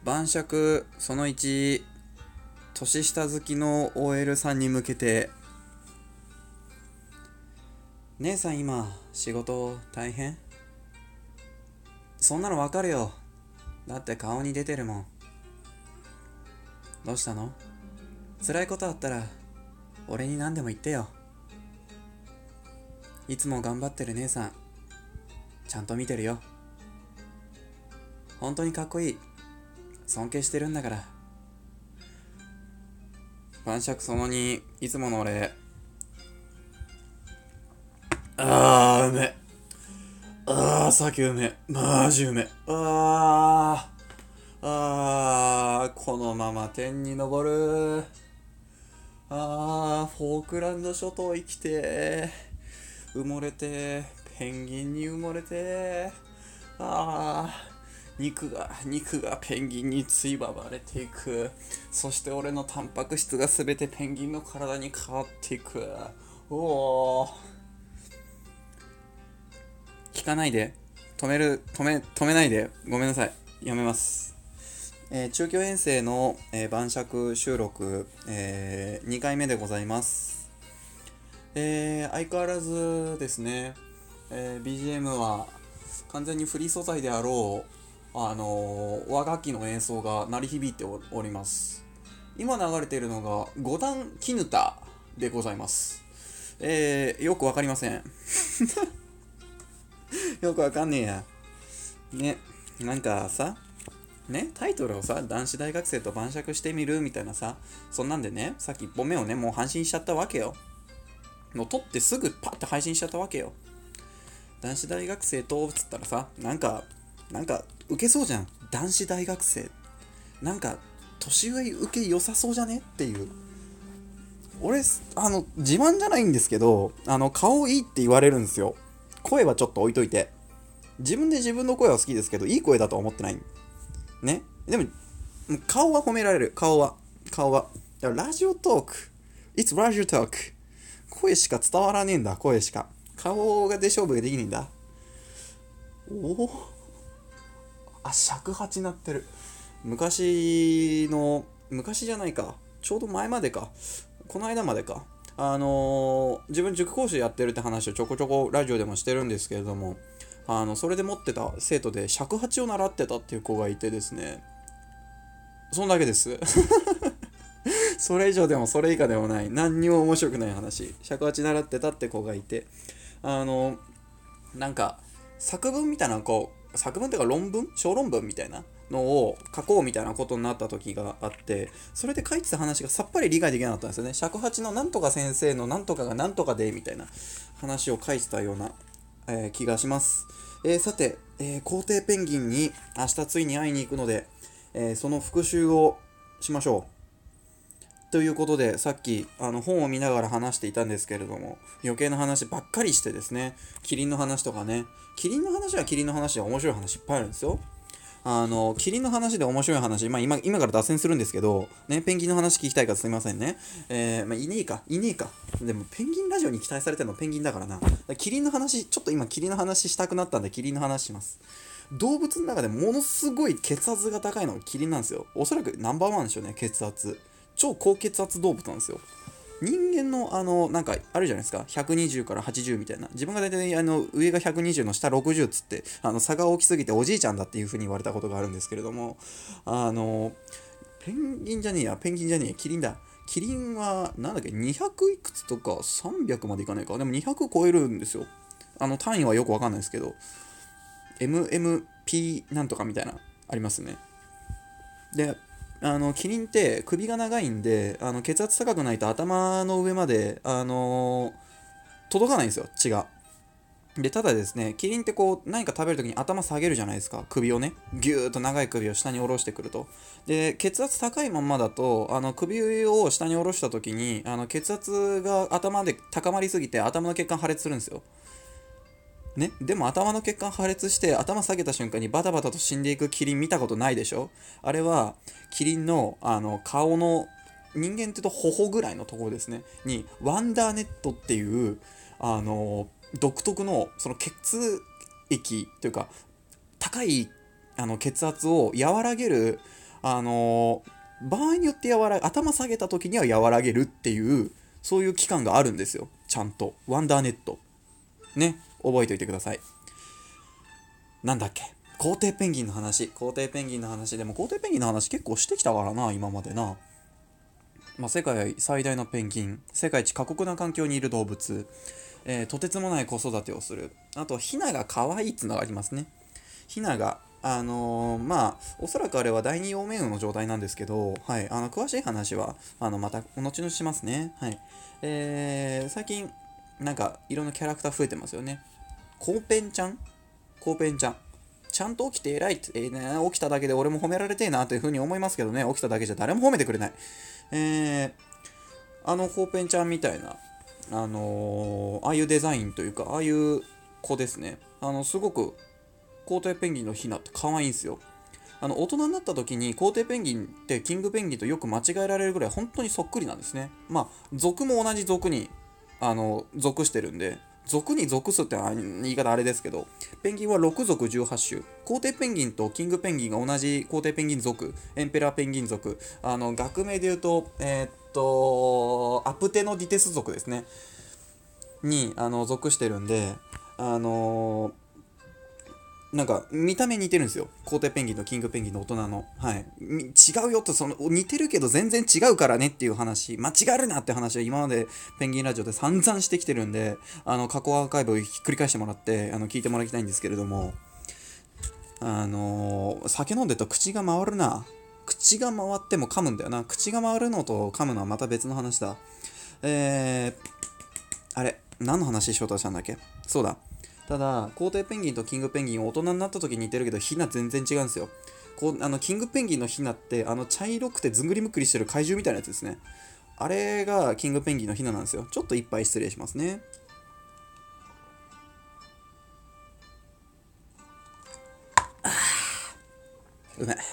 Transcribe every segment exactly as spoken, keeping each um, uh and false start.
晩酌そのいち、年下好きの オーエル さんに向けて。姉さん今仕事大変？そんなのわかるよ。だって顔に出てるもん。どうしたの？辛いことあったら俺に何でも言ってよ。いつも頑張ってる姉さんちゃんと見てるよ。本当にかっこいい。尊敬してるんだから。晩酌そのに、いつもの俺。あーうめ。あー酒うめ。マジうめ。あーあーこのまま天に昇る。あーフォークランド諸島生きて埋もれてペンギンに埋もれて、あー肉が肉がペンギンについばまれていく。そして俺のタンパク質が全てペンギンの体に変わっていく。おお、聞かないで。止める止め止めないで。ごめんなさい、やめます。えー中京遠征の、えー晩酌収録、えーにかいめでございます。えー相変わらずですね、えー ビージーエム は完全にフリー素材であろう、あのー和楽器の演奏が鳴り響いております。今流れているのが五段絹田でございます。えー、よくわかりません。よくわかんねえや。ね、なんかさ、ね、タイトルをさ、男子大学生と晩酌してみるみたいなさ、そんなんでね、さっきいっぽんめをね、もう配信しちゃったわけよ。もう撮ってすぐパッて配信しちゃったわけよ。男子大学生とつったらさ、なんか、なんか、受けそうじゃん。男子大学生。なんか、年上受け良さそうじゃねっていう。俺、あの、自慢じゃないんですけど、あの、顔いいって言われるんですよ。声はちょっと置いといて。自分で自分の声は好きですけど、いい声だとは思ってない。ね。でも、顔は褒められる。顔は。顔は。だからラジオトーク。It's ラジオトーク。声しか伝わらねえんだ、声しか。顔がで勝負ができねえんだ。おお。あ、尺八なってる。昔の、昔じゃないか。ちょうど前までか。この間までか。あのー自分塾講師やってるって話をちょこちょこラジオでもしてるんですけれども、あの、それで持ってた生徒で尺八を習ってたっていう子がいてですね、そんだけです。それ以上でもそれ以下でもない。何にも面白くない話。尺八習ってたって子がいて、あの、なんか、作文みたいな、こう、作文っていうか論文小論文みたいなのを書こうみたいなことになった時があって、それで書いてた話がさっぱり理解できなかったんですよね。尺八のなんとか先生のなんとかがなんとかでみたいな話を書いてたような、えー気がします。えーさて、えー皇帝ペンギンに明日ついに会いに行くので、えーその復習をしましょう。ということで、さっきあの本を見ながら話していたんですけれども、余計な話ばっかりしてですね、キリンの話とかね、キリンの話はキリンの話で面白い話いっぱいあるんですよ。あの、キリンの話で面白い話、まあ今、今から脱線するんですけど、ね、ペンギンの話聞きたいからすみませんね。えー、まあいねえか、いねえか。でもペンギンラジオに期待されてるのペンギンだからな。だからキリンの話、ちょっと今キリンの話したくなったんでキリンの話します。動物の中でものすごい血圧が高いのがキリンなんですよ。おそらくナンバーワンでしょうね、血圧。超高血圧動物なんですよ。人間のあのなんかあるじゃないですか、ひゃくにじゅうからはちじゅうみたいな、自分が大体あの上がひゃくにじゅうの下ろくじゅうっつって、あの差が大きすぎておじいちゃんだっていう風に言われたことがあるんですけれども、あのペンギンじゃねえやペンギンじゃねえキリンだ。キリンはなんだっけ、にひゃくいくつとかさんびゃくまでいかないか、でもにひゃく超えるんですよ。あの単位はよくわかんないですけど、 エムエムピー なんとかみたいなありますね。で、あのキリンって首が長いんで、あの血圧高くないと頭の上まで、あのー届かないんですよ、血が。で、ただですね、キリンってこう何か食べるときに頭下げるじゃないですか、首をね、ぎゅーっと長い首を下に下ろしてくると。で、血圧高いまんまだと、あの首を下に下ろしたときに、あの血圧が頭で高まりすぎて頭の血管破裂するんですよ。ね、でも頭の血管破裂して頭下げた瞬間にバタバタと死んでいくキリン見たことないでしょ。あれはキリンの、あの顔の、人間って言うと頬ぐらいのところですねにワンダーネットっていうあの独特のその血液というか高いあの血圧を和らげるあのー、場合によって和ら頭下げた時には和らげるっていうそういう期間があるんですよ。ちゃんとワンダーネットね、覚えておいてください。なんだっけ、皇帝ペンギンの話皇帝ペンギンの話でも皇帝ペンギンの話結構してきたからな今までな。まあ、世界最大のペンギン、世界一過酷な環境にいる動物、えーとてつもない子育てをする、あとヒナが可愛いっていうのがありますね。ヒナがあのー、まあおそらくあれは第二陽明雲の状態なんですけど、はい、あの詳しい話はあのまた後々しますね。はい、えー、最近なんかいろんなキャラクター増えてますよね。コーペンちゃんコーペンちゃんちゃんと起きて偉いって、えーね、起きただけで俺も褒められてえなというふうに思いますけどね。起きただけじゃ誰も褒めてくれない。えー、あのコーペンちゃんみたいな、あのー、ああいうデザインというか、ああいう子ですね。あの、すごく、皇帝ペンギンのヒナって可愛いんですよ。あの、大人になった時に、皇帝ペンギンってキングペンギンとよく間違えられるぐらい、本当にそっくりなんですね。まあ、属も同じ属に、あの、属してるんで、属に属すって言い方あれですけど、ペンギンはろく属じゅうはち種。皇帝ペンギンとキングペンギンが同じ皇帝ペンギン属、エンペラーペンギン属、あの、学名で言うと、えーっと、アプテノディテス属ですね。に、あの、属してるんで、あのーなんか見た目似てるんですよ。皇帝ペンギンとキングペンギンの大人の。はい。違うよと、その似てるけど全然違うからねっていう話、間違えるなって話は今までペンギンラジオで散々してきてるんで、あの過去アーカイブをひっくり返してもらってあの聞いてもらいたいんですけれども、あのー、酒飲んでると口が回るな。口が回っても噛むんだよな。口が回るのと噛むのはまた別の話だ。えー、あれ、何の話しようとしたんだっけ。そうだ。ただ、皇帝ペンギンとキングペンギン大人になった時に似てるけど、ヒナ全然違うんですよ。こうあのキングペンギンのヒナって、あの茶色くてずんぐりむっくりしてる怪獣みたいなやつですね。あれがキングペンギンのヒナなんですよ。ちょっと一杯失礼しますね。うめえ。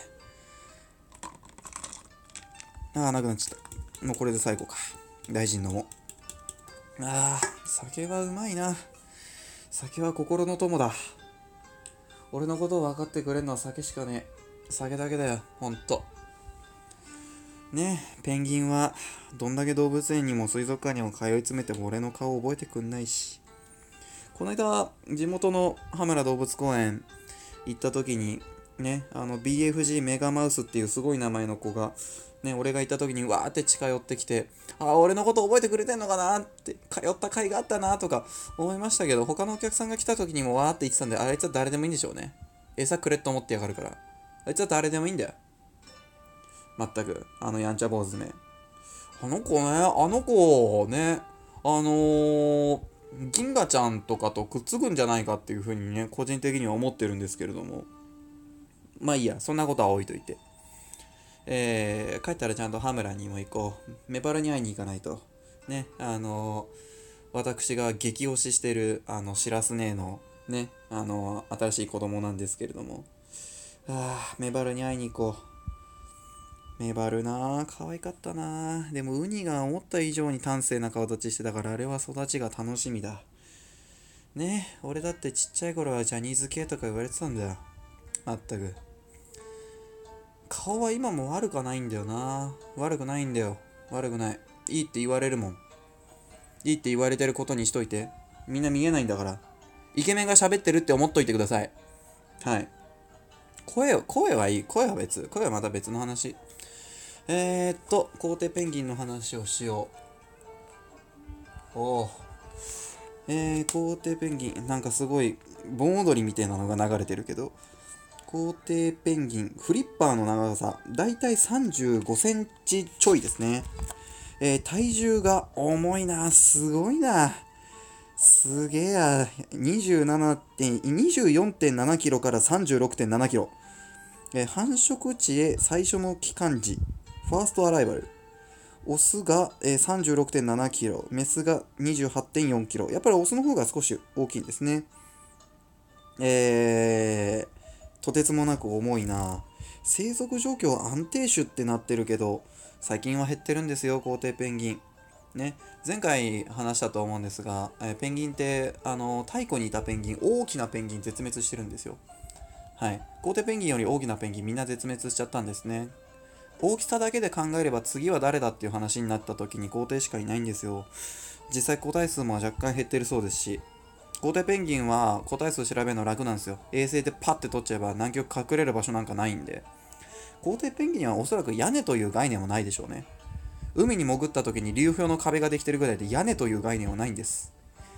ああ、なくなっちゃった。もうこれで最後か。大事に飲もう。ああ、酒はうまいな。酒は心の友だ。俺のことを分かってくれるのは酒しかねえ。酒だけだよ、ほんと。ねえ、ペンギンはどんだけ動物園にも水族館にも通い詰めても俺の顔を覚えてくんないし。この間、地元の羽村動物公園行った時に、ね、あの ビーエフジー メガマウスっていうすごい名前の子が、ね、俺が行った時にわーって近寄ってきて、ああ、俺のこと覚えてくれてんのかなって、通った甲斐があったなとか思いましたけど、他のお客さんが来た時にもわーって言ってたんで、あいつは誰でもいいんでしょうね。餌くれって思ってやがるから。あいつは誰でもいいんだよ。まったく、あのやんちゃ坊主め。あの子ね、あの子ね、あのー、銀河ちゃんとかとくっつくんじゃないかっていう風にね、個人的には思ってるんですけれども。まあいいや、そんなことは置いといて。えー、帰ったらちゃんと羽村にも行こう。メバルに会いに行かないと。ね、あのー、私が激推ししてる、あの、しらす姉の、ね、あのー、新しい子供なんですけれども。ああ、メバルに会いに行こう。メバルなあ、可愛かったなあ。でもウニが思った以上に端正な顔立ちしてたから、あれは育ちが楽しみだ。ねえ、俺だってちっちゃい頃はジャニーズ系とか言われてたんだよ。まったく。顔は今も悪くはないんだよな。悪くないんだよ。悪くない。いいって言われるもん。いいって言われてることにしといて。みんな見えないんだから。イケメンが喋ってるって思っといてください。はい。声は、声はいい。声は別。声はまた別の話。えー、っと、皇帝ペンギンの話をしよう。おお。えー、皇帝ペンギン。なんかすごい、盆踊りみたいなのが流れてるけど。皇帝ペンギン。フリッパーの長さ。だいたいさんじゅうごセンチちょいですね。えー、体重が重いな。すごいな。すげえや。にじゅうななてん、にじゅうよんてんななキロからさんじゅうろくてんななキロ。えー繁殖地へ最初の帰還時。ファーストアライバル。オスが、えー、さんじゅうろくてんななキロ、メスが にじゅうはちてんよんキロ。やっぱりオスの方が少し大きいんですね。えー、とてつもなく重いな。生息状況は安定種ってなってるけど、最近は減ってるんですよ、皇帝ペンギン。ね、前回話したと思うんですが、えーペンギンって、あの、太古にいたペンギン、大きなペンギン絶滅してるんですよ。 はい。コウテイペンギンより大きなペンギンみんな絶滅しちゃったんですね。大きさだけで考えれば次は誰だっていう話になった時にコウテイしかいないんですよ。実際個体数も若干減ってるそうですし、コウテイペンギンは個体数調べるの楽なんですよ。衛星でパッて取っちゃえば南極隠れる場所なんかないんで。コウテイペンギンはおそらく屋根という概念はないでしょうね。海に潜った時に流氷の壁ができてるぐらいで屋根という概念はないんです。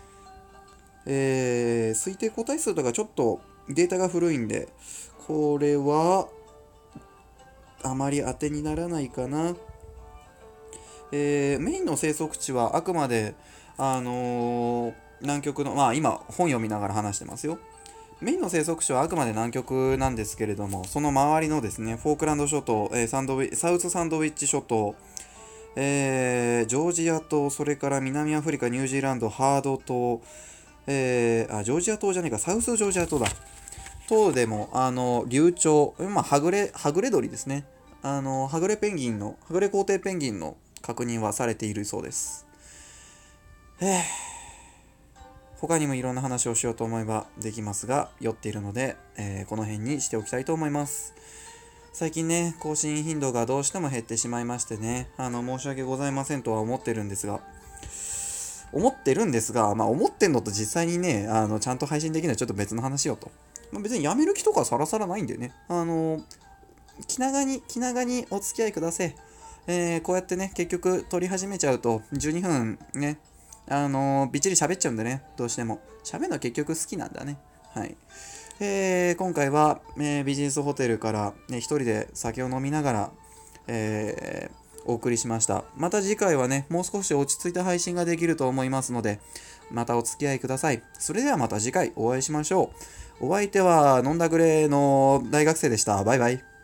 えー、推定個体数とかちょっとデータが古いんで、これはあまり当てにならないかな。えー、メインの生息地はあくまで、あのー南極の、まあ今本読みながら話してますよ。メインの生息地はあくまで南極なんですけれども、その周りのですね、フォークランド諸島、えーサンドウィサウスサンドウィッチ諸島、えージョージア島、それから南アフリカ、ニュージーランド、ハード島、えーあ、ジョージア島じゃねえか、サウスジョージア島だ。島でも、あの、流鳥、まあ、はぐれ、はぐれ鳥ですね。あの、はぐれペンギンの、はぐれ皇帝ペンギンの確認はされているそうです。えー他にもいろんな話をしようと思えばできますが、酔っているので、えーこの辺にしておきたいと思います。最近ね、更新頻度がどうしても減ってしまいましてね、あの、申し訳ございませんとは思ってるんですが、思ってるんですが、まあ、思ってんのと実際にね、あの、ちゃんと配信できるのはちょっと別の話よと。まあ、別にやめる気とかはさらさらないんでね、あの、気長に、気長にお付き合いください。えーこうやってね、結局撮り始めちゃうと、じゅうにふんね、あのーびっちり喋っちゃうんでね、どうしても。喋るの結局好きなんだね。はい。えー今回は、えービジネスホテルから、ね、一人で酒を飲みながら、えーお送りしました。また次回はね、もう少し落ち着いた配信ができると思いますので、またお付き合いください。それではまた次回お会いしましょう。お相手は飲んだくれの大学生でした。バイバイ。